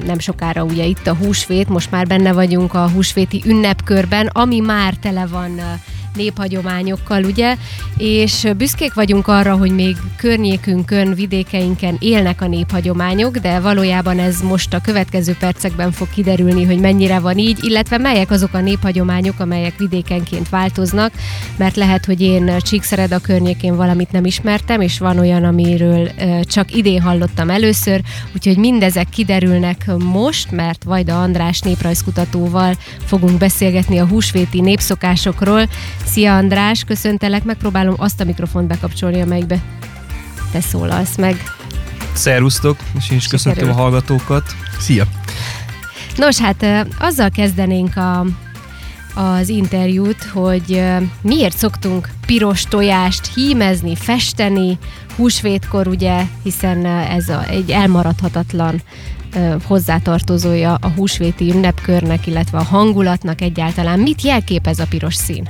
nem sokára ugye itt a húsvét, most már benne vagyunk a húsvéti ünnepkörben, ami már tele van néphagyományokkal, ugye, és büszkék vagyunk arra, hogy még környékünkön, vidékeinken élnek a néphagyományok, de valójában ez most a következő percekben fog kiderülni, hogy mennyire van így, illetve melyek azok a néphagyományok, amelyek vidékenként változnak, mert lehet, hogy én Csíkszereda környékén valamit nem ismertem, és van olyan, amiről csak idén hallottam először, úgyhogy mindezek kiderülnek most, mert Vajda András néprajzkutatóval fogunk beszélgetni a húsvéti népszokásokról. Szia András, köszöntelek, megpróbálom azt a mikrofont bekapcsolni, amelyikbe te szólalsz meg. Szervusztok, és én is köszöntöm a hallgatókat. Szia! Nos, hát azzal kezdenénk az interjút, hogy miért szoktunk piros tojást hímezni, festeni húsvétkor, ugye, hiszen ez egy elmaradhatatlan hozzátartozója a húsvéti ünnepkörnek, illetve a hangulatnak egyáltalán. Mit jelképez a piros szín?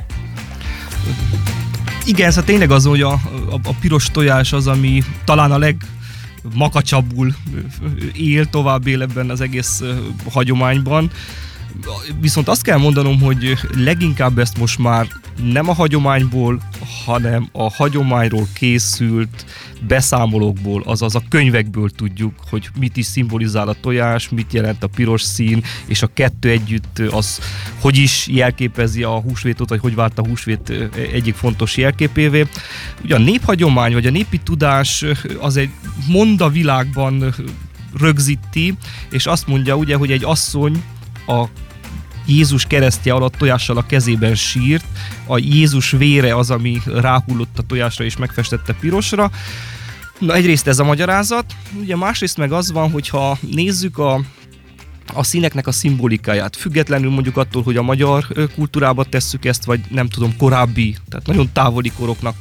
Igen, szóval tényleg az, hogy a piros tojás az, ami talán a legmakacsabbul tovább él ebben az egész hagyományban. Viszont azt kell mondanom, hogy leginkább ezt most már nem a hagyományból, hanem a hagyományról készült beszámolókból, azaz a könyvekből tudjuk, hogy mit is szimbolizál a tojás, mit jelent a piros szín, és a kettő együtt az hogy is jelképezi a húsvétot, vagy hogy vált a húsvét egyik fontos jelképévé. Ugye a néphagyomány, vagy a népi tudás az egy mondavilágban rögzíti, és azt mondja ugye, hogy egy asszony a Jézus keresztje alatt tojással a kezében sírt, a Jézus vére az, ami ráhullott a tojásra és megfestette pirosra. Na, egyrészt ez a magyarázat, ugye másrészt meg az van, hogyha nézzük a színeknek a szimbolikáját, függetlenül mondjuk attól, hogy a magyar kultúrába tesszük ezt, vagy nem tudom, korábbi, tehát nagyon távoli koroknak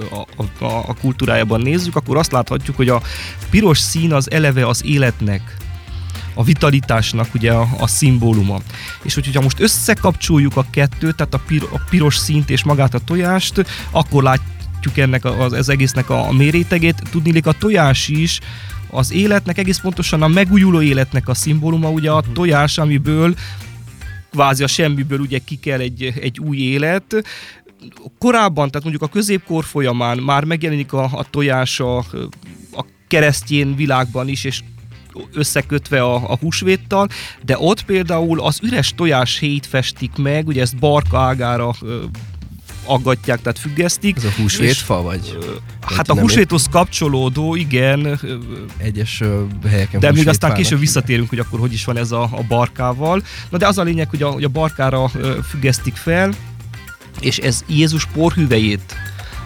a kultúrájában nézzük, akkor azt láthatjuk, hogy a piros szín az eleve az életnek, a vitalitásnak ugye a szimbóluma. És hogyha most összekapcsoljuk a kettőt, tehát a piros színt és magát a tojást, akkor látjuk ennek az egésznek a mérétegét. Tudniillik a tojás is az életnek, egész pontosan a megújuló életnek a szimbóluma, ugye a tojás, amiből kvázi a semmiből ugye kikel egy új élet. Korábban, tehát mondjuk a középkor folyamán már megjelenik a tojás a keresztény világban is, és összekötve a húsvéttal, de ott például az üres tojás héjt festik meg, ugye ezt barka ágára aggatják, tehát függesztik. Ez a húsvétfa, vagy? Hát a húsvéthoz kapcsolódó, igen. Egyes helyeken. De még aztán később visszatérünk, hogy akkor hogy is van ez a barkával. Na de az a lényeg, hogy a barkára függesztik fel, és ez Jézus porhüvelyét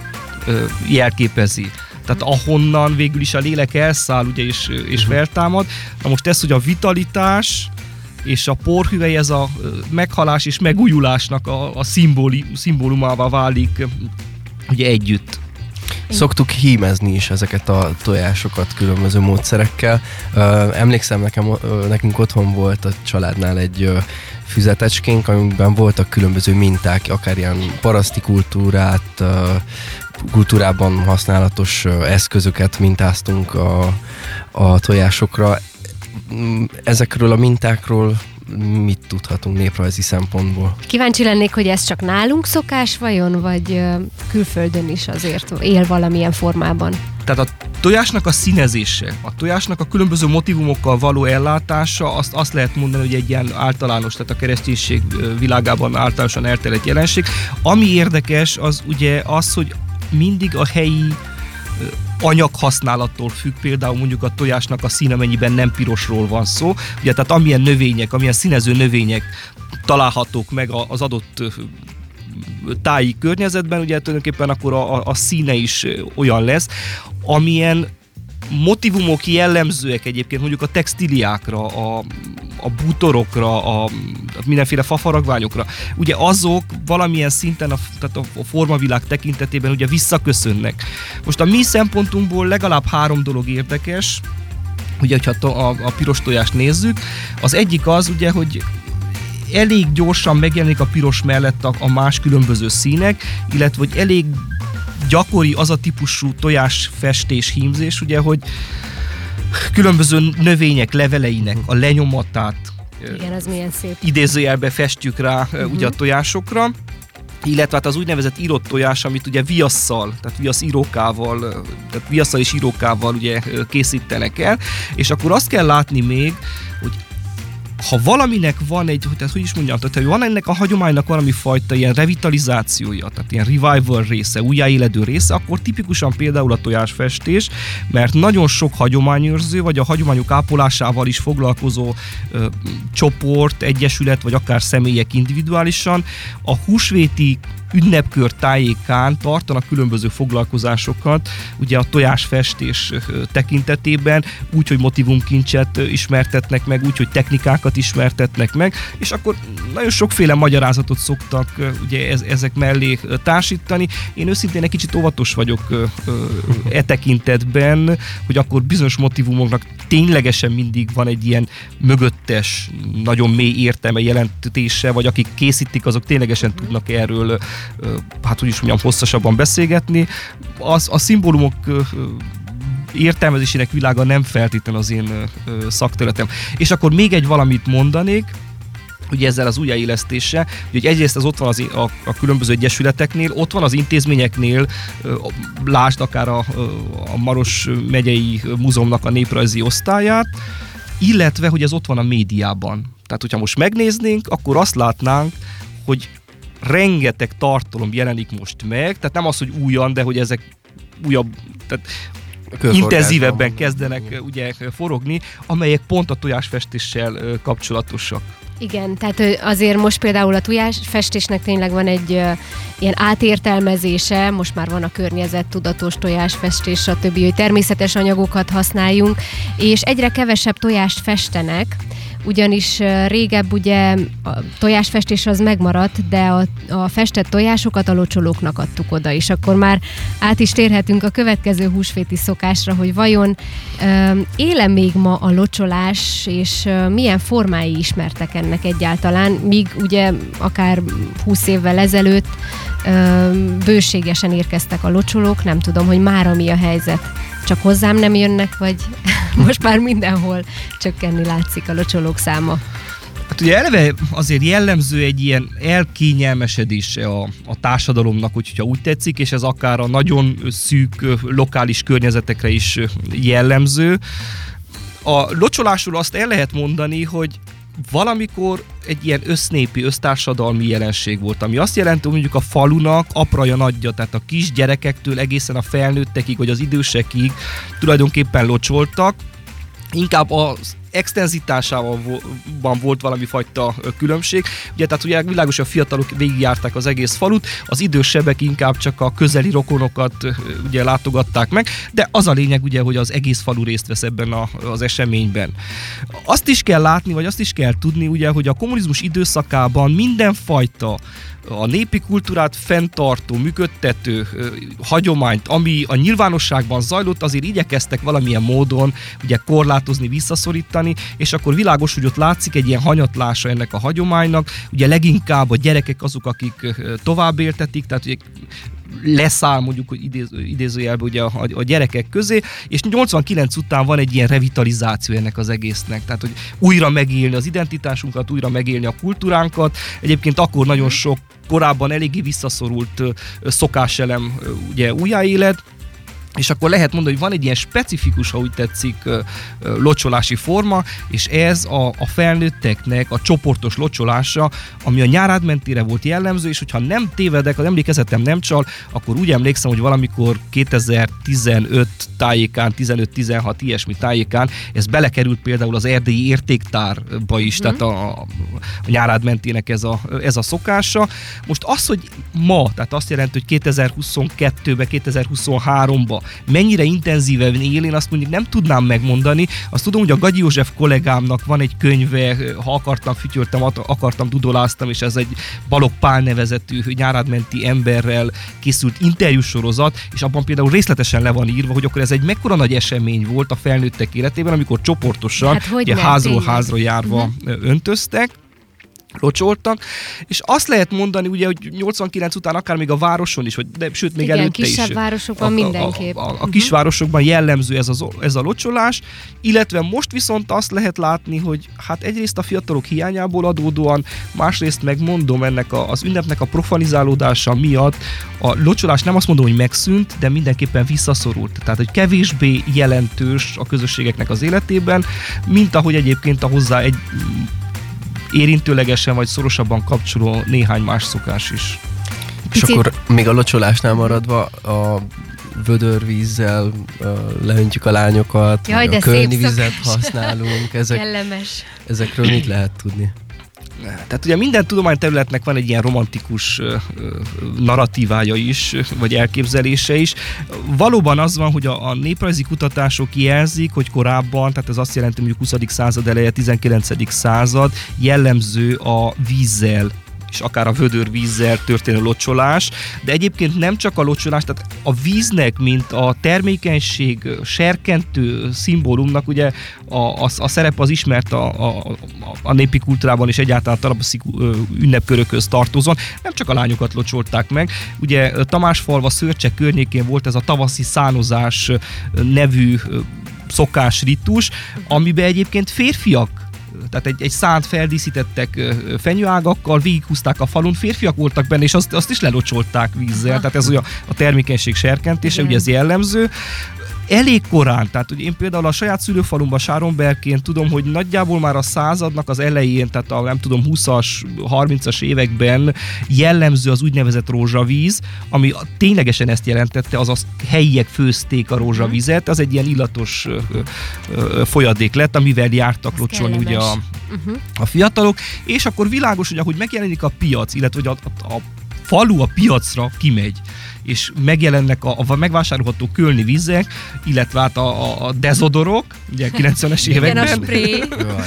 jelképezi. Tehát ahonnan végül is a lélek elszáll, ugye, és feltámad. Na most ez, hogy a vitalitás és a porhüvely, ez a meghalás és megújulásnak a szimbólumává válik ugye együtt. Szoktuk hímezni is ezeket a tojásokat különböző módszerekkel. Emlékszem, nekünk otthon volt a családnál egy füzetecskénk, amiben voltak különböző minták, akár ilyen paraszti kultúrában használatos eszközöket mintáztunk a tojásokra. Ezekről a mintákról mit tudhatunk néprajzi szempontból? Kíváncsi lennék, hogy ez csak nálunk szokás vajon, vagy külföldön is azért él valamilyen formában? Tehát a tojásnak a színezése, a tojásnak a különböző motivumokkal való ellátása, azt lehet mondani, hogy egy ilyen általános, tehát a kereszténység világában általánosan elterjedt jelenség. Ami érdekes, az ugye az, hogy mindig a helyi anyaghasználattól függ, például mondjuk a tojásnak a színe, mennyiben nem pirosról van szó. Ugye, tehát amilyen növények, amilyen színező növények találhatók meg az adott táji környezetben, ugye tulajdonképpen akkor a színe is olyan lesz, amilyen motivumok jellemzőek egyébként mondjuk a textíliákra, a bútorokra, a mindenféle fafaragványokra. Ugye azok valamilyen szinten tehát a formavilág tekintetében ugye visszaköszönnek. Most a mi szempontunkból legalább 3 dolog érdekes, ugye, hogyha a piros tojást nézzük. Az egyik az ugye, hogy elég gyorsan megjelenik a piros mellett a más különböző színek, illetve hogy elég gyakori az a típusú tojásfestés, hímzés, ugye, hogy különböző növények leveleinek a lenyomatát Igen, az milyen szép. idézőjelbe festjük rá ugye a tojásokra, illetve hát az úgynevezett írott tojás, amit ugye viasszal, tehát viaszírókával, tehát viasszal és írókával ugye készítenek el, és akkor azt kell látni még, hogy ha valaminek van hogy is mondjam, tehát van ennek a hagyománynak valami fajta ilyen revitalizációja, tehát ilyen revival része, újjáéledő része, akkor tipikusan például a tojásfestés, mert nagyon sok hagyományőrző, vagy a hagyományok ápolásával is foglalkozó csoport, egyesület, vagy akár személyek individuálisan a húsvéti ünnepkör tájékán tartanak különböző foglalkozásokat, ugye a tojásfestés tekintetében, úgy, hogy motivumkincset ismertetnek meg, úgy, hogy technikákat ismertetnek meg, és akkor nagyon sokféle magyarázatot szoktak ugye ezek mellé társítani. Én őszintén egy kicsit óvatos vagyok e tekintetben, hogy akkor bizonyos motivumoknak ténylegesen mindig van egy ilyen mögöttes, nagyon mély értelme, jelentése, vagy akik készítik, azok ténylegesen tudnak erről hát úgy is mondjam, hosszasabban beszélgetni. A szimbólumok értelmezésének világa nem feltétlenül az én szakterületem. És akkor még egy valamit mondanék, ugye ezzel az újjáélesztéssel, hogy egyrészt az ott van a különböző egyesületeknél, ott van az intézményeknél, lásd akár a Maros megyei múzeumnak a néprajzi osztályát, illetve, hogy ez ott van a médiában. Tehát, hogyha most megnéznénk, akkor azt látnánk, hogy rengeteg tartalom jelenik most meg, tehát nem az, hogy újan, de hogy ezek újabb, tehát intenzívebben kezdenek ugye forogni, amelyek pont a tojásfestéssel kapcsolatosak. Igen, tehát azért most például a tojásfestésnek tényleg van egy ilyen átértelmezése, most már van a környezettudatos tojásfestés, stb., hogy természetes anyagokat használjunk, és egyre kevesebb tojást festenek, ugyanis régebb ugye a tojásfestés az megmaradt, de a festett tojásokat a locsolóknak adtuk oda, és akkor már át is térhetünk a következő húsvéti szokásra, hogy vajon éle még ma a locsolás, és milyen formái ismertek ennek egyáltalán, míg ugye akár 20 évvel ezelőtt bőségesen érkeztek a locsolók, nem tudom, hogy mára mi a helyzet. Csak hozzám nem jönnek, vagy most már mindenhol csökkenni látszik a locsolók száma? Hát ugye eleve azért jellemző egy ilyen elkényelmesedése a társadalomnak, hogyha úgy tetszik, és ez akár a nagyon szűk lokális környezetekre is jellemző. A locsolásról azt el lehet mondani, hogy valamikor egy ilyen össznépi, össztársadalmi jelenség volt, ami azt jelenti, hogy mondjuk a falunak apraja nagyja, tehát a kis gyerekektől egészen a felnőttekig, vagy az idősekig tulajdonképpen locsoltak, inkább az extenzitásában volt valami fajta különbség. Ugye, tehát ugye világos, hogy a fiatalok végigjárták az egész falut, az idősebbek inkább csak a közeli rokonokat ugye látogatták meg, de az a lényeg ugye, hogy az egész falu részt vesz ebben az eseményben. Azt is kell látni, vagy azt is kell tudni, ugye, hogy a kommunizmus időszakában mindenfajta a népi kultúrát fenntartó, működtető hagyományt, ami a nyilvánosságban zajlott, azért igyekeztek valamilyen módon ugye korlátozni, visszaszorítani, és akkor világos, hogy ott látszik egy ilyen hanyatlása ennek a hagyománynak, ugye leginkább a gyerekek azok, akik tovább éltetik, tehát ugye leszáll mondjuk idézőjelben ugye a gyerekek közé, és 89 után van egy ilyen revitalizáció ennek az egésznek, tehát hogy újra megélni az identitásunkat, újra megélni a kultúránkat. Egyébként akkor nagyon sok korábban eléggé visszaszorult szokáselem ugye újjáéled, és akkor lehet mondani, hogy van egy ilyen specifikus, ha úgy tetszik, locsolási forma, és ez a felnőtteknek a csoportos locsolása, ami a nyárádmentére volt jellemző, és hogyha nem tévedek, az emlékezetem nem csal, akkor úgy emlékszem, hogy valamikor 2015 tájékán, 15-16 ilyesmi tájékán, ez belekerült például az erdélyi értéktárba is, tehát a nyárádmentének ez a szokása. Most az, hogy ma, tehát azt jelenti, hogy 2022-ben, 2023-ban mennyire intenzíven él, én azt mondjuk nem tudnám megmondani. Azt tudom, hogy a Gagyi József kollégámnak van egy könyve, ha akartam, fütyöltem, akartam, dudoláztam, és ez egy Balogh Pál nevezetű nyárádmenti emberrel készült interjúsorozat, és abban például részletesen le van írva, hogy akkor ez egy mekkora nagy esemény volt a felnőttek életében, amikor csoportosan házról házra járva öntöztek. locsoltak, és azt lehet mondani, ugye, hogy 89 után akár még a városon is, de sőt, még igen, előtte is. kisebb városokban mindenképp. A kisvárosokban jellemző ez a locsolás, illetve most viszont azt lehet látni, hogy hát egyrészt a fiatalok hiányából adódóan, másrészt megmondom ennek az ünnepnek a profanizálódása miatt a locsolás nem azt mondom, hogy megszűnt, de mindenképpen visszaszorult. Tehát, hogy kevésbé jelentős a közösségeknek az életében, mint ahogy egyébként a hozzá egy érintőlegesen vagy szorosabban kapcsoló néhány más szokás is. És akkor még a locsolásnál maradva a vödörvízzel leöntjük a lányokat, jaj, a kölni vizet használunk. Ezekről mit lehet tudni? Tehát ugye minden tudományterületnek van egy ilyen romantikus narratívája is, vagy elképzelése is. Valóban az van, hogy a néprajzi kutatások jelzik, hogy korábban, tehát ez azt jelenti, hogy 20. század eleje, 19. század jellemző a vízzel és akár a vödörvízzel történő locsolás, de egyébként nem csak a locsolás, tehát a víznek, mint a termékenység serkentő szimbólumnak ugye a szerep az ismert a népi kultúrában és egyáltalán a tavaszi ünnepkörökhöz tartozóan. Nem csak a lányokat locsolták meg, ugye Tamásfalva, Szörcsek környékén volt ez a tavaszi szánozás nevű szokás, ritus, amiben egyébként férfiak, tehát egy szánt feldíszítettek fenyőágakkal, végighúzták a falun, férfiak voltak benne, és azt is lelocsolták vízzel, tehát ez ugye a termékenység serkentése, ugye ez jellemző. Elég korán, tehát hogy én például a saját szülőfalumban, Sáronbergként tudom, hogy nagyjából már a századnak az elején, tehát a nem tudom 20-as, 30-as években jellemző az úgynevezett rózsavíz, ami ténylegesen ezt jelentette, azaz helyiek főzték a rózsavizet, az egy ilyen illatos folyadék lett, amivel jártak locsolni ugye a fiatalok, és akkor világos, hogy ahogy megjelenik a piac, illetve hogy a falu a piacra kimegy, és megjelennek a megvásárolható kölni vízek, illetve hát a dezodorok, ugye 90-es években. Igen, a spré.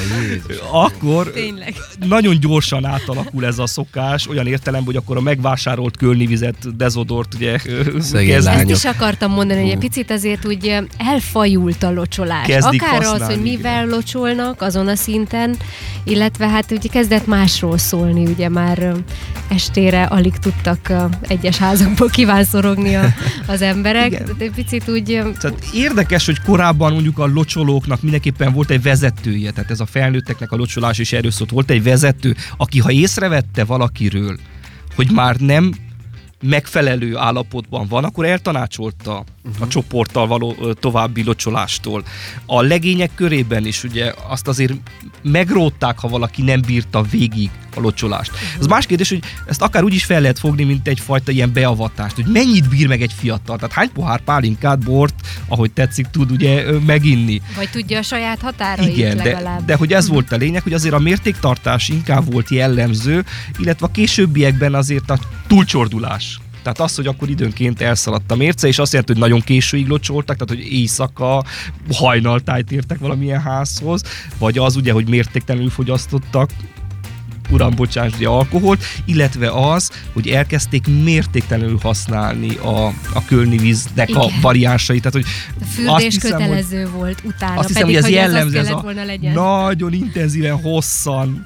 Akkor nagyon gyorsan átalakul ez a szokás, olyan értelemben, hogy akkor a megvásárolt kölni vizet, dezodort, ugye kezdik. Ezt is akartam mondani, hogy egy picit azért úgy elfajult a locsolás. Kezdik akár használni, az, hogy mivel locsolnak azon a szinten, illetve hát ugye kezdett másról szólni, ugye már estére alig tudtak egyes házakból kívánszorogni az emberek. Tehát egy picit úgy... Tehát érdekes, hogy korábban mondjuk a locsolóknak mindenképpen volt egy vezetője, tehát ez a felnőtteknek a locsolás is erről szólt. Volt egy vezető, aki ha észrevette valakiről, hogy már nem megfelelő állapotban van, akkor eltanácsolta a csoporttal való további locsolástól. A legények körében is ugye azt azért megrótták, ha valaki nem bírta végig a locsolást. Az más kérdés, hogy ezt akár úgy is fel lehet fogni, mint egyfajta ilyen beavatást, hogy mennyit bír meg egy fiatal, tehát hány pohár pálinkát, bort, ahogy tetszik, tud ugye meginni. Vagy tudja a saját határait. Igen, legalább. de hogy ez volt a lényeg, hogy azért a mértéktartás inkább volt jellemző, illetve a későbbiekben azért a túlcsordulás. Tehát az, hogy akkor időnként elszaladt a mérce, és azt jelenti, hogy nagyon későig locsoltak, tehát hogy éjszaka, hajnaltájt értek valamilyen házhoz, vagy az ugye, hogy mértéktelenül fogyasztottak, uram, bocsáss, alkoholt, illetve az, hogy elkezdték mértéktelenül használni a kölni víznek a variánsait. Tehát, hogy a fürdés kötelező volt utána, azt hiszem, pedig hogy ez jellemző, az kellett volna legyen. Nagyon intenzíven, hosszan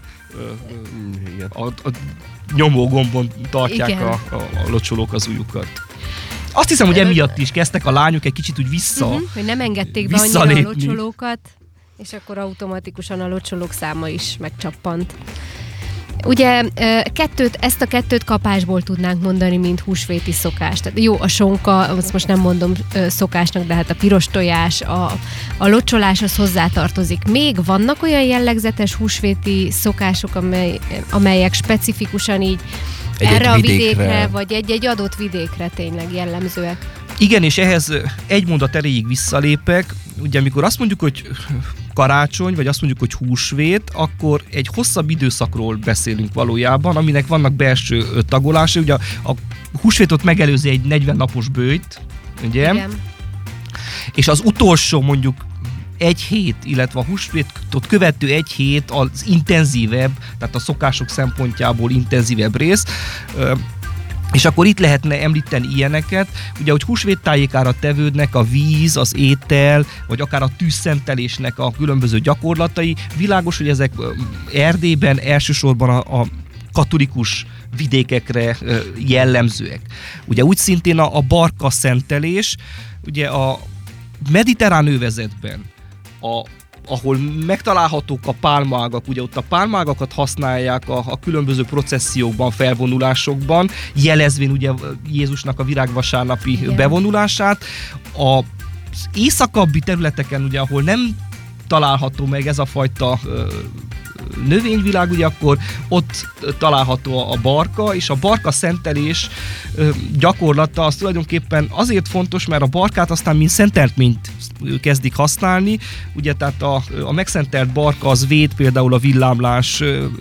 a nyomógombon tartják a locsolók az ujjukat. Azt hiszem, hogy emiatt is kezdtek a lányok egy kicsit úgy hogy nem engedték be annyira a locsolókat, és akkor automatikusan a locsolók száma is megcsappant. Ugye ezt a kettőt kapásból tudnánk mondani, mint húsvéti szokás. Tehát jó, a sonka, azt most nem mondom szokásnak, de hát a piros tojás, a locsoláshoz hozzátartozik. Még vannak olyan jellegzetes húsvéti szokások, amelyek specifikusan így erre a vidékre, vagy egy adott vidékre tényleg jellemzőek. Igen, és ehhez egy mondat erejéig visszalépek. Ugye amikor azt mondjuk, hogy karácsony, vagy azt mondjuk, hogy húsvét, akkor egy hosszabb időszakról beszélünk valójában, aminek vannak belső tagolásai. Ugye a húsvétot megelőzi egy 40 napos böjt, ugye? Igen. És az utolsó mondjuk egy hét, illetve a húsvétot követő egy hét az intenzívebb, tehát a szokások szempontjából intenzívebb rész. És akkor itt lehetne említeni ilyeneket, ugye, hogy húsvéttájékára tevődnek a víz, az étel, vagy akár a tűzszentelésnek a különböző gyakorlatai. Világos, hogy ezek Erdélyben elsősorban a katolikus vidékekre jellemzőek. Ugye úgy szintén a barka szentelés, ugye a mediterrán övezetben, ahol megtalálhatók a pálmaágak, ugye ott a pálmaágakat használják a különböző processziókban, felvonulásokban, jelezvén ugye Jézusnak a virágvasárnapi bevonulását. Az északabbi területeken, ugye, ahol nem található meg ez a fajta növényvilág, ugye akkor ott található a barka, és a barka szentelés gyakorlata az tulajdonképpen azért fontos, mert a barkát aztán mint szenteltményt kezdik használni, ugye tehát a megszentelt barka az véd például a villámlás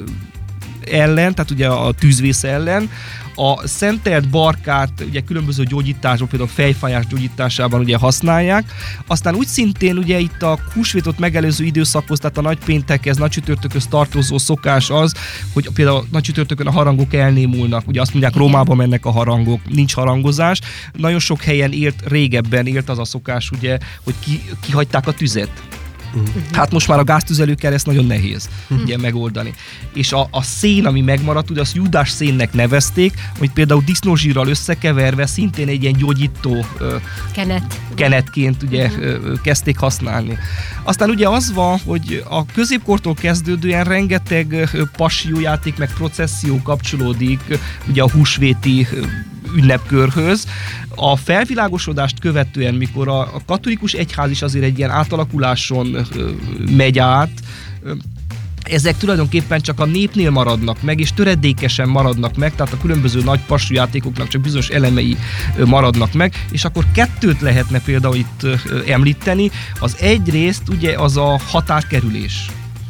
ellen, tehát ugye a tűzvész ellen. A szentelt barkát ugye különböző gyógyításban, például fejfájás gyógyításában ugye használják. Aztán úgy szintén ugye itt a húsvétot megelőző időszakhoz, tehát a nagypéntekhez, nagycsütörtökhöz tartozó szokás az, hogy például nagycsütörtökön a harangok elnémulnak. Ugye azt mondják, Rómában mennek a harangok, nincs harangozás. Nagyon sok helyen régebben élt az a szokás, ugye, hogy kihagyták a tüzet. Hát most már a gáztüzelőkkel ezt nagyon nehéz ugye megoldani. És a szén, ami megmaradt, ugye azt Júdás szénnek nevezték, amit például disznózsírral összekeverve szintén egy ilyen gyógyító kenetként ugye kezdték használni. Aztán ugye az van, hogy a középkortól kezdődően rengeteg passiójáték meg processzió kapcsolódik ugye a húsvéti ünnepkörhöz. A felvilágosodást követően, mikor a katolikus egyház is azért egy ilyen átalakuláson megy át, ezek tulajdonképpen csak a népnél maradnak meg, és töredékesen maradnak meg, tehát a különböző nagy passújátékoknak csak bizonyos elemei maradnak meg, és akkor kettőt lehetne például itt említeni. Az egyrészt ugye az a határkerülés.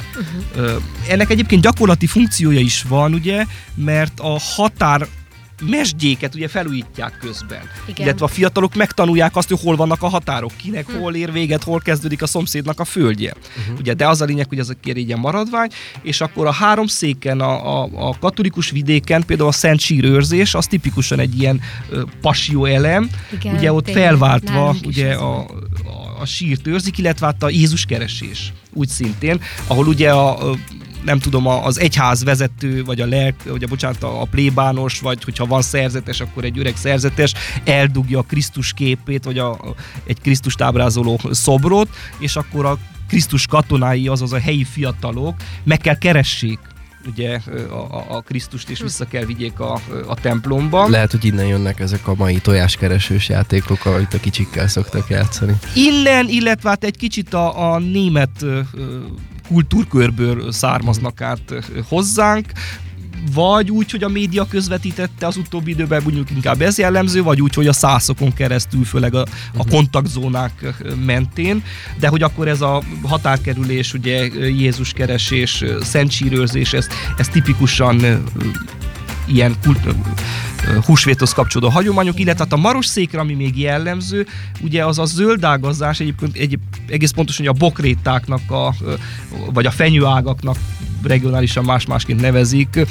Ennek egyébként gyakorlati funkciója is van, ugye, mert a határ mesdjéket ugye felújítják közben. Igen. Illetve a fiatalok megtanulják azt, hogy hol vannak a határok, kinek hol ér véget, hol kezdődik a szomszédnak a földje. Ugye, de az a lényeg, hogy ez egy ilyen maradvány, és akkor a háromszéken, a katolikus vidéken például a Szent Sírőrzés, az tipikusan egy ilyen passió elem, igen, ugye ott felváltva ugye a sírt őrzik, illetve hát a Jézus keresés úgy szintén, ahol ugye nem tudom, az egyház vezető, vagy a plébános, vagy hogyha van szerzetes, akkor egy öreg szerzetes eldugja a Krisztus képét, vagy egy Krisztust ábrázoló szobrot, és akkor a Krisztus katonái, azaz a helyi fiatalok meg kell keressék ugye a Krisztust, és vissza kell vigyék a templomba. Lehet, hogy innen jönnek ezek a mai tojáskeresős játékok, amit a kicsikkel szoktak játszani. Innen, illetve hát egy kicsit a német kultúrkörből származnak át hozzánk, vagy úgy, hogy a média közvetítette az utóbbi időben, mondjuk inkább ez jellemző, vagy úgy, hogy a szászokon keresztül, főleg a kontaktzónák mentén, de hogy akkor ez a határkerülés, ugye Jézus keresés, Szent Sírőrzés, ez tipikusan ilyen húsvéthoz kapcsolódó hagyományok, illetve a marosszékre, ami még jellemző, ugye az a zöldágazás, egyébként egész pontosan, hogy a bokrétáknak, vagy a fenyőágaknak regionálisan más-másként nevezik,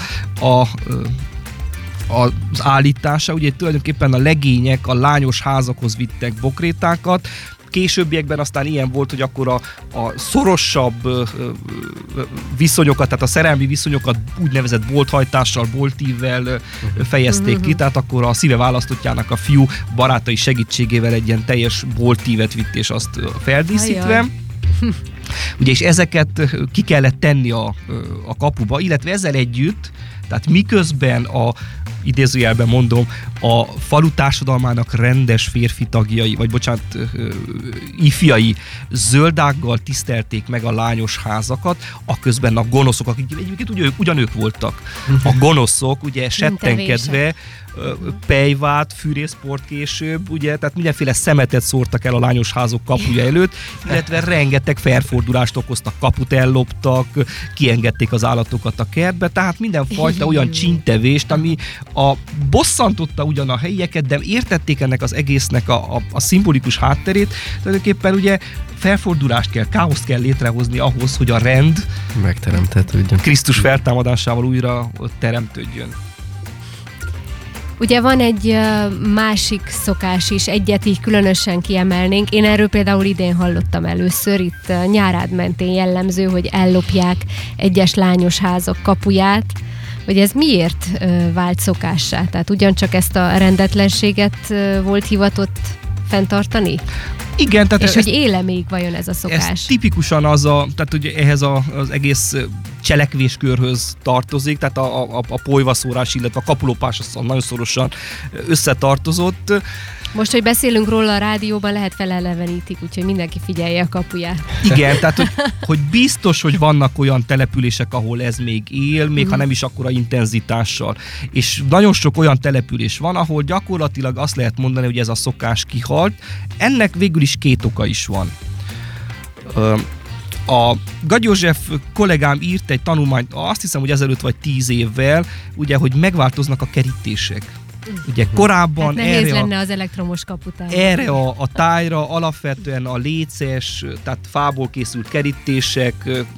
az állítása, ugye tulajdonképpen a legények a lányos házakhoz vittek bokrétákat. Későbbiekben aztán ilyen volt, hogy akkor a szorosabb viszonyokat, tehát a szerelmi viszonyokat úgynevezett bolthajtással, boltívvel fejezték ki, tehát akkor a szíve választottjának a fiú barátai segítségével egy ilyen teljes boltívet vitt, és azt feldíszítve. Ugye, és ezeket ki kellett tenni a kapuba, illetve ezzel együtt, tehát miközben idézőjelben mondom, a falu társadalmának rendes férfi tagjai, vagy ifjai zöldággal tisztelték meg a lányos házakat, aközben a gonoszok, akik egyébként ugyanők voltak, a gonoszok, ugye settenkedve, pejvát, fűrészport később, ugye, tehát mindenféle szemetet szórtak el a lányos házok kapuja előtt, illetve rengeteg felfordulást okoztak, kaput elloptak, kiengedték az állatokat a kertbe, tehát mindenfajta olyan csíntevést, ami bosszantotta ugyan a helyieket, de értették ennek az egésznek a szimbolikus hátterét, tulajdonképpen ugye felfordulást kell, káoszt kell létrehozni ahhoz, hogy a rend megteremthetődjön. Krisztus feltámadásával újra teremtődjön. Ugye van egy másik szokás is, egyet így különösen kiemelnénk. Én erről például idén hallottam először, itt Nyárád mentén jellemző, hogy ellopják egyes lányos házak kapuját, hogy ez miért vált szokássá? Tehát ugyancsak ezt a rendetlenséget volt hivatott fenntartani? Igen, tehát és hogy éle még vajon ez a szokás? Ez tipikusan tehát ugye ehhez az egész cselekvéskörhöz tartozik, tehát a polyvaszórás, illetve a kapulópás nagyon szorosan összetartozott. Most, hogy beszélünk róla a rádióban, lehet felelevenítik, úgyhogy mindenki figyelje a kapuját. Igen, tehát hogy biztos, hogy vannak olyan települések, ahol ez még él, még ha nem is akkora intenzitással. És nagyon sok olyan település van, ahol gyakorlatilag azt lehet mondani, hogy ez a szokás kihalt. Ennek végül is két oka is van. A Gagy József kollégám írt egy tanulmányt, azt hiszem, hogy ezelőtt vagy 10 évvel, ugye, hogy megváltoznak a kerítések. Ugye korábban hát nehéz lenne az elektromos kapután. Erre a tájra alapvetően a léces, tehát fából készült kerítések,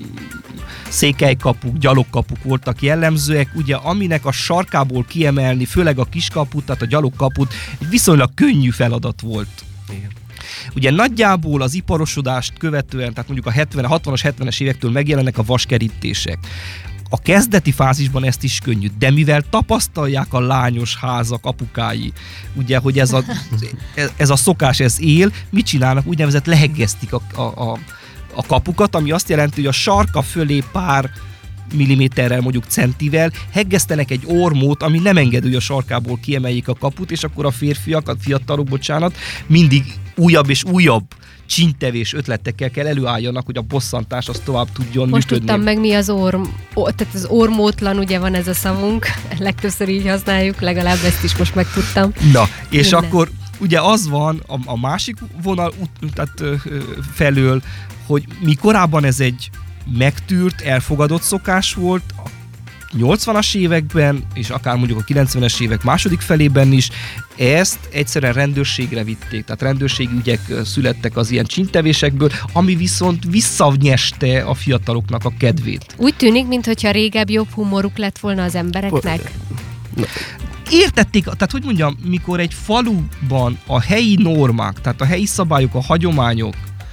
székelykapuk, gyalogkapuk voltak jellemzőek, ugye aminek a sarkából kiemelni, főleg a kiskaput, tehát a gyalogkaput egy viszonylag könnyű feladat volt. Igen. Ugye nagyjából az iparosodást követően, tehát mondjuk a 60-as, 70-es évektől megjelennek a vaskerítések. A kezdeti fázisban ezt is könnyű, de mivel tapasztalják a lányos házak apukái, ugye, hogy ez a szokás, ez él, mit csinálnak? Úgynevezett leheggesztik a kapukat, ami azt jelenti, hogy a sarka fölé pár milliméterrel, mondjuk centivel heggesztenek egy ormót, ami nem engedő, hogy a sarkából kiemeljék a kaput, és akkor a férfiak, a fiatalok, mindig újabb és újabb csíntevés ötletekkel kell előálljanak, hogy a bosszantás az tovább tudjon most működni. Tudtam meg, mi az tehát az ormótlan, ugye van ez a szavunk, legtöbbször így használjuk, legalább ezt is most megtudtam. Na, és minden. Akkor ugye az van a másik vonal tehát felől, hogy mi korábban ez egy megtűrt, elfogadott szokás volt, a 80-as években, és akár mondjuk a 90-es évek második felében is, ezt egyszerűen rendőrségre vitték, tehát rendőrségi ügyek születtek az ilyen csíntevésekből, ami viszont visszanyeste a fiataloknak a kedvét. Úgy tűnik, mintha régebb jobb humoruk lett volna az embereknek. Értették, tehát hogy mondjam, mikor egy faluban a helyi normák, tehát a helyi szabályok, a hagyományok,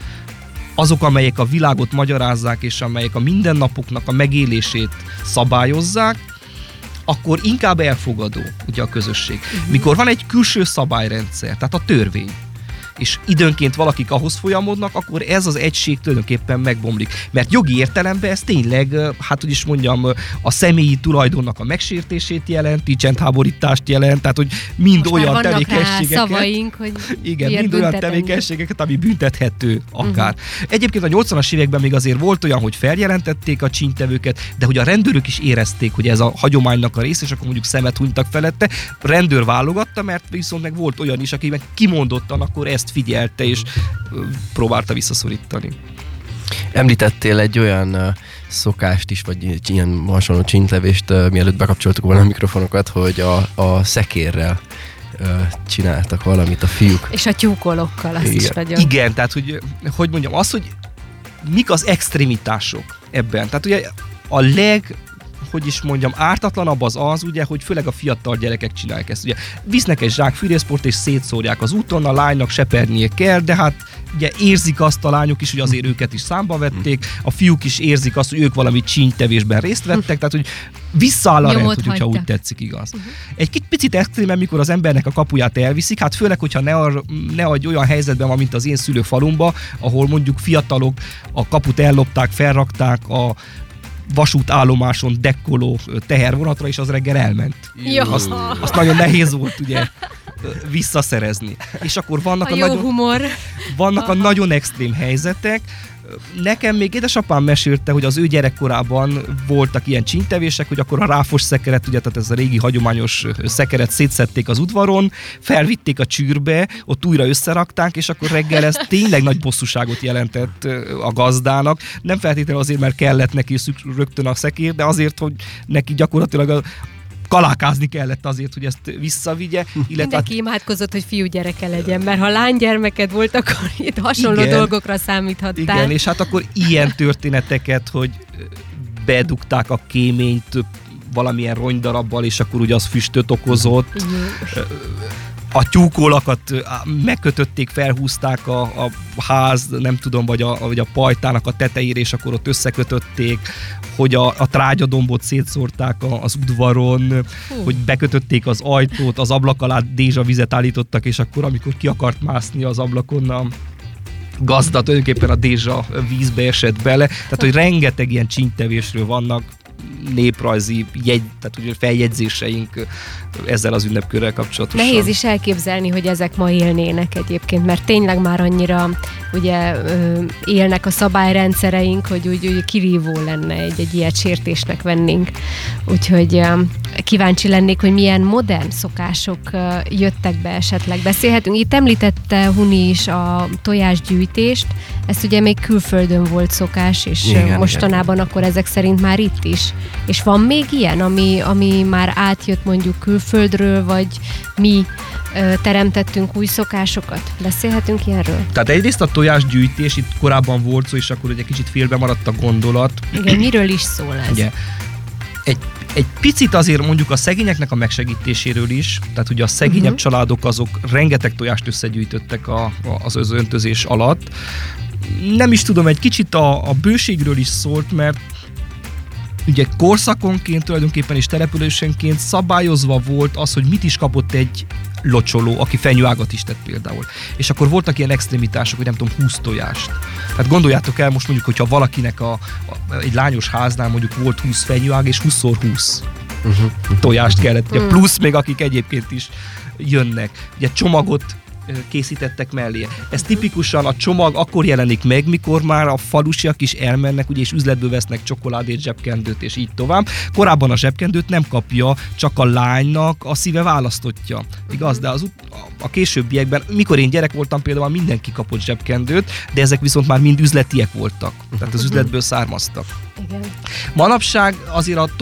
azok, amelyek a világot magyarázzák, és amelyek a mindennapoknak a megélését szabályozzák, akkor inkább elfogadó ugye a közösség. Mikor van egy külső szabályrendszer, tehát a törvény, és időnként valakik ahhoz folyamodnak, akkor ez az egység tulajdonképpen megbomlik. Mert jogi értelemben ez tényleg, hát hogy is mondjam, a személyi tulajdonnak a megsértését jelenti, csendháborítást jelent, tehát hogy mind most olyan tevékenységeket. Szavaink, hogy igen, mind olyan tevékenységeket, ami büntethető akár. Egyébként a 80-as években még azért volt olyan, hogy feljelentették a csíntevőket, de hogy a rendőrök is érezték, hogy ez a hagyománynak a része, és akkor mondjuk szemet hunytak felette. A rendőr válogatta, mert viszont meg volt olyan is, aki meg kimondottan akkor ezt figyelte és próbálta visszaszorítani. Említettél egy olyan szokást is, vagy ilyen hasonló csíntlevést, mielőtt bekapcsoltuk volna a mikrofonokat, hogy a szekérrel csináltak valamit a fiúk. És a tyúkolokkal, azt is nagyon. Igen, tehát hogy mondjam, az, hogy mik az extremitások ebben. Tehát ugye hogy is mondjam, ártatlanabb az, ugye, hogy főleg a fiatal gyerekek csinálják ezt. Ugye visznek egy zsák fűrészport és szétszórják az úton, a lánynak sepernie kell, de hát ugye érzik azt a lányok is, hogy azért őket is számba vették, a fiúk is érzik azt, hogy ők valami csínytevésben részt vettek, tehát hogy visszaáll a rend, hogyha úgy tetszik, igaz. Egy picit extrémen, mikor az embernek a kapuját elviszik, hát főleg, hogyha ne adj olyan helyzetben van, mint az én szülőfalumba, ahol mondjuk fiatalok a kaput ellopták, felrakták a vasútállomáson dekkoló tehervonatra, és az reggel elment. Azt nagyon nehéz volt ugye visszaszerezni. És akkor vannak a nagyon extrém helyzetek. Nekem még édesapám mesélte, hogy az ő gyerekkorában voltak ilyen csíntevések, hogy akkor a ráfos szekeret, ugye, tehát ez a régi hagyományos szekeret szétszedték az udvaron, felvitték a csűrbe, ott újra összerakták, és akkor reggel ez tényleg nagy bosszúságot jelentett a gazdának. Nem feltétlenül azért, mert kellett neki rögtön a szekér, de azért, hogy neki gyakorlatilag kalákázni kellett azért, hogy ezt visszavigye. Mindenki imádkozott, hogy fiúgyereke legyen, mert ha lánygyermeked volt, akkor itt hasonló dolgokra számíthattál. Igen, és hát akkor ilyen történeteket, hogy bedugták a kéményt valamilyen ronydarabbal, és akkor ugye az füstöt okozott. A tyúkólakat megkötötték, felhúzták a ház, nem tudom, vagy a pajtának a tetejére, és akkor ott összekötötték, hogy a trágyadombot szétszórták az udvaron, hogy bekötötték az ajtót, az ablak alá dézsavizet állítottak, és akkor amikor ki akart mászni az ablakon a gazda, tulajdonképpen a dézsa vízbe esett bele. Tehát, hogy rengeteg ilyen csínytevésről vannak néprajzi tehát ugye feljegyzéseink ezzel az ünnepkörrel kapcsolatosan. Nehéz is elképzelni, hogy ezek ma élnének egyébként, mert tényleg már annyira ugye élnek a szabályrendszereink, hogy úgy kirívó lenne egy ilyet sértésnek vennénk. Úgyhogy kíváncsi lennék, hogy milyen modern szokások jöttek be esetleg. Beszélhetünk. Itt említette Huni is a tojásgyűjtést. Ez ugye még külföldön volt szokás, és igen, mostanában igen. Akkor ezek szerint már itt is. És van még ilyen, ami már átjött mondjuk külföldről, vagy mi teremtettünk új szokásokat? Beszélhetünk ilyenről? Tehát egyrészt a tojásgyűjtés, itt korábban volt szó, és akkor ugye kicsit félbe maradt a gondolat. Igen, miről is szól ez? Ugye, egy picit azért mondjuk a szegényeknek a megsegítéséről is, tehát ugye a szegényebb családok azok rengeteg tojást összegyűjtöttek az öntözés alatt. Nem is tudom, egy kicsit a bőségről is szólt, mert ugye korszakonként tulajdonképpen és településenként szabályozva volt az, hogy mit is kapott egy locsoló, aki fenyőágat is tett például. És akkor voltak ilyen extremitások, hogy nem tudom, 20 tojást. Tehát gondoljátok el most mondjuk, hogyha valakinek egy lányos háznál mondjuk volt 20 fenyőág, és 20x20 tojást kellett. Ugye plusz még akik egyébként is jönnek. Ugye csomagot készítettek mellé. Ez tipikusan a csomag akkor jelenik meg, mikor már a falusiak is elmennek, ugye, és üzletből vesznek csokoládét, zsebkendőt, és így tovább. Korábban a zsebkendőt nem kapja, csak a lánynak a szíve választotja. Igaz? De a későbbiekben, mikor én gyerek voltam, például mindenki kapott zsebkendőt, de ezek viszont már mind üzletiek voltak. Tehát az üzletből származtak. Igen. Manapság azért a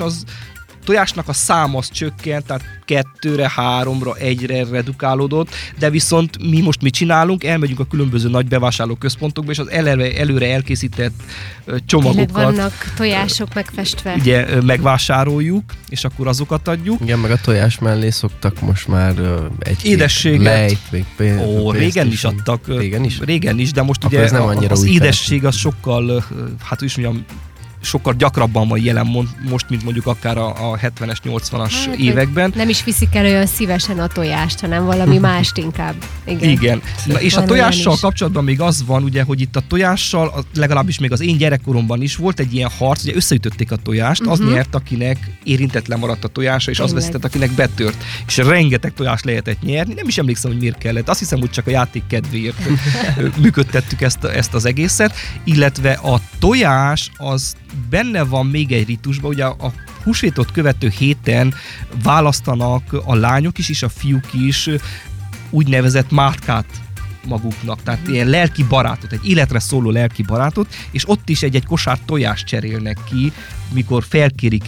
tojásnak a szám az csökkent, tehát 2-re, 3-ra, 1-re redukálódott, de viszont mi most mit csinálunk? Elmegyünk a különböző nagy bevásárlóközpontokba, és az előre elkészített csomagokat vannak tojások megfestve. Ugye megvásároljuk, és akkor azokat adjuk. Igen, meg a tojás mellé szoktak most már édességet. Régen is adtak. Régen is, de most akkor ugye nem annyira az édesség az sokkal, hát úgy mondjam, sokkal gyakrabban van jelen most, mint mondjuk akár a 70-es, 80-as években. Nem is viszik el olyan szívesen a tojást, hanem valami mást inkább. Igen. Na, és a tojással kapcsolatban még az van, ugye, hogy itt a tojással, legalábbis még az én gyerekkoromban is volt egy ilyen harc, ugye összeütötték a tojást, az nyert, akinek érintetlen maradt a tojása, és az vesztett, akinek betört. És rengeteg tojást lehetett nyerni, nem is emlékszem, hogy miért kellett. Azt hiszem, hogy csak a játék kedvéért működtettük ezt az egészet, illetve a tojás az benne van még egy ritusban, ugye a húsvétot követő héten választanak a lányok is, és a fiúk is úgynevezett mátkát maguknak, tehát ilyen lelki barátot, egy életre szóló lelki barátot, és ott is egy kosár tojást cserélnek ki, mikor felkérik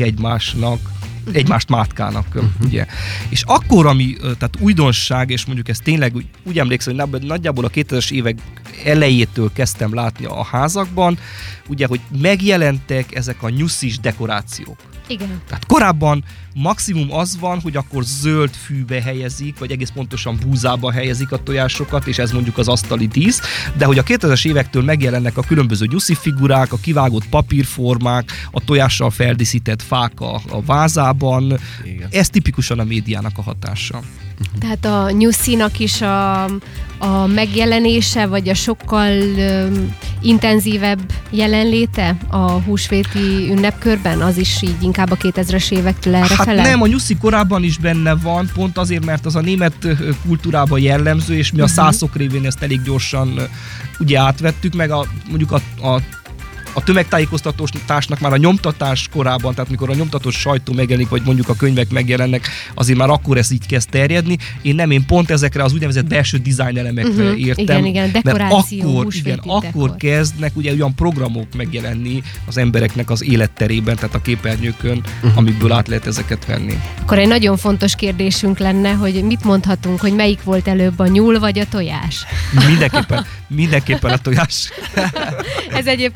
egymást mátkának, ugye. És akkor, ami tehát újdonság, és mondjuk ez tényleg úgy emlékszem, hogy nagyjából a 2000-es évek elejétől kezdtem látni a házakban, ugye, hogy megjelentek ezek a nyuszis dekorációk. Igen. Tehát korábban maximum az van, hogy akkor zöld fűbe helyezik, vagy egész pontosan búzába helyezik a tojásokat, és ez mondjuk az asztali dísz, de hogy a 2000-es évektől megjelennek a különböző nyuszi figurák, a kivágott papírformák, a tojással feldíszített fák a vázában. Igen. Ez tipikusan a médiának a hatása. Tehát a nyuszinak is a megjelenése, vagy a sokkal intenzívebb jelenléte a húsvéti ünnepkörben, az is így inkább a 2000-es évektől errefele? Hát nem, a nyuszi korábban is benne van, pont azért, mert az a német kultúrában jellemző, és mi a szászok révén ezt elég gyorsan ugye átvettük, meg mondjuk a tömegtájékoztatásnak már a nyomtatás korában, tehát mikor a nyomtatós sajtó megjelenik, vagy mondjuk a könyvek megjelennek, azért már akkor ez így kezd terjedni. Én pont ezekre az úgynevezett belső design elemekre értem. Igen, dekoráció, akkor kezdnek ugye olyan programok megjelenni az embereknek az életterében, tehát a képernyőkön, amikből át lehet ezeket venni. Akkor egy nagyon fontos kérdésünk lenne, hogy mit mondhatunk, hogy melyik volt előbb, a nyúl vagy a tojás? Mindenképpen a tojás. Ez egyébként a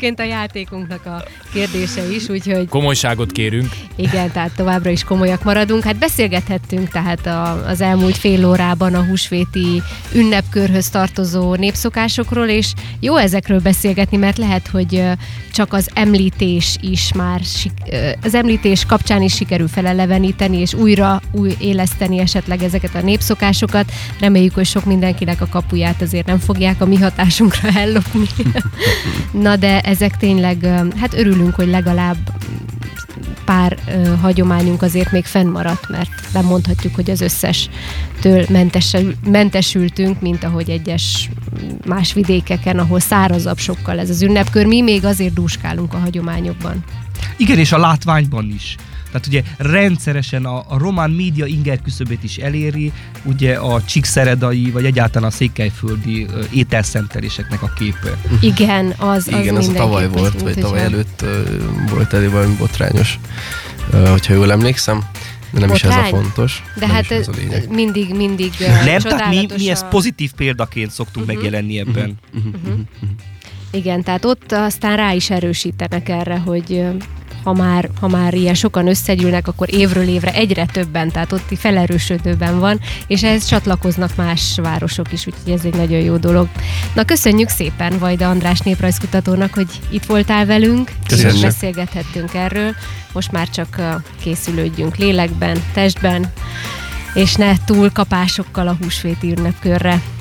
játékunknak a kérdése is, úgyhogy... Komolyságot kérünk. Igen, tehát továbbra is komolyak maradunk. Hát beszélgethettünk tehát az elmúlt fél órában a húsvéti ünnepkörhöz tartozó népszokásokról, és jó ezekről beszélgetni, mert lehet, hogy csak az említés is már, az említés kapcsán is sikerül feleleveníteni, és újra éleszteni esetleg ezeket a népszokásokat. Reméljük, hogy sok mindenkinek a kapuját azért nem fogják a mi hatásunkra ellopni. Na de ezek tényleg, hát örülünk, hogy legalább pár hagyományunk azért még fennmaradt, mert nem mondhatjuk, hogy az összestől mentesültünk, mint ahogy egyes más vidékeken, ahol szárazabb sokkal ez az ünnepkör. Mi még azért dúskálunk a hagyományokban. Igen, és a látványban is. Tehát ugye rendszeresen a román média inger küszöbét is eléri, ugye a csíkszeredai, vagy egyáltalán a székelyföldi ételszenteléseknek a képe. Igen, az igen, az tavaly volt, vagy tavaly előtt volt elég valami botrányos, hogyha jól emlékszem. De nem botrány. Is ez a fontos. De hát mindig nem, tehát mi ezt pozitív példaként szoktunk megjelenni ebben. Igen, tehát ott aztán rá is erősítenek erre, hogy ha már ilyen sokan összegyűlnek, akkor évről évre egyre többen, tehát ott felerősödőben van, és ehhez csatlakoznak más városok is, úgyhogy ez egy nagyon jó dolog. Na, köszönjük szépen Vajda András néprajzkutatónak, hogy itt voltál velünk, köszönjük. És beszélgethettünk erről. Most már csak készülődjünk lélekben, testben, és ne túl kapásokkal a húsvéti ünnepkörre.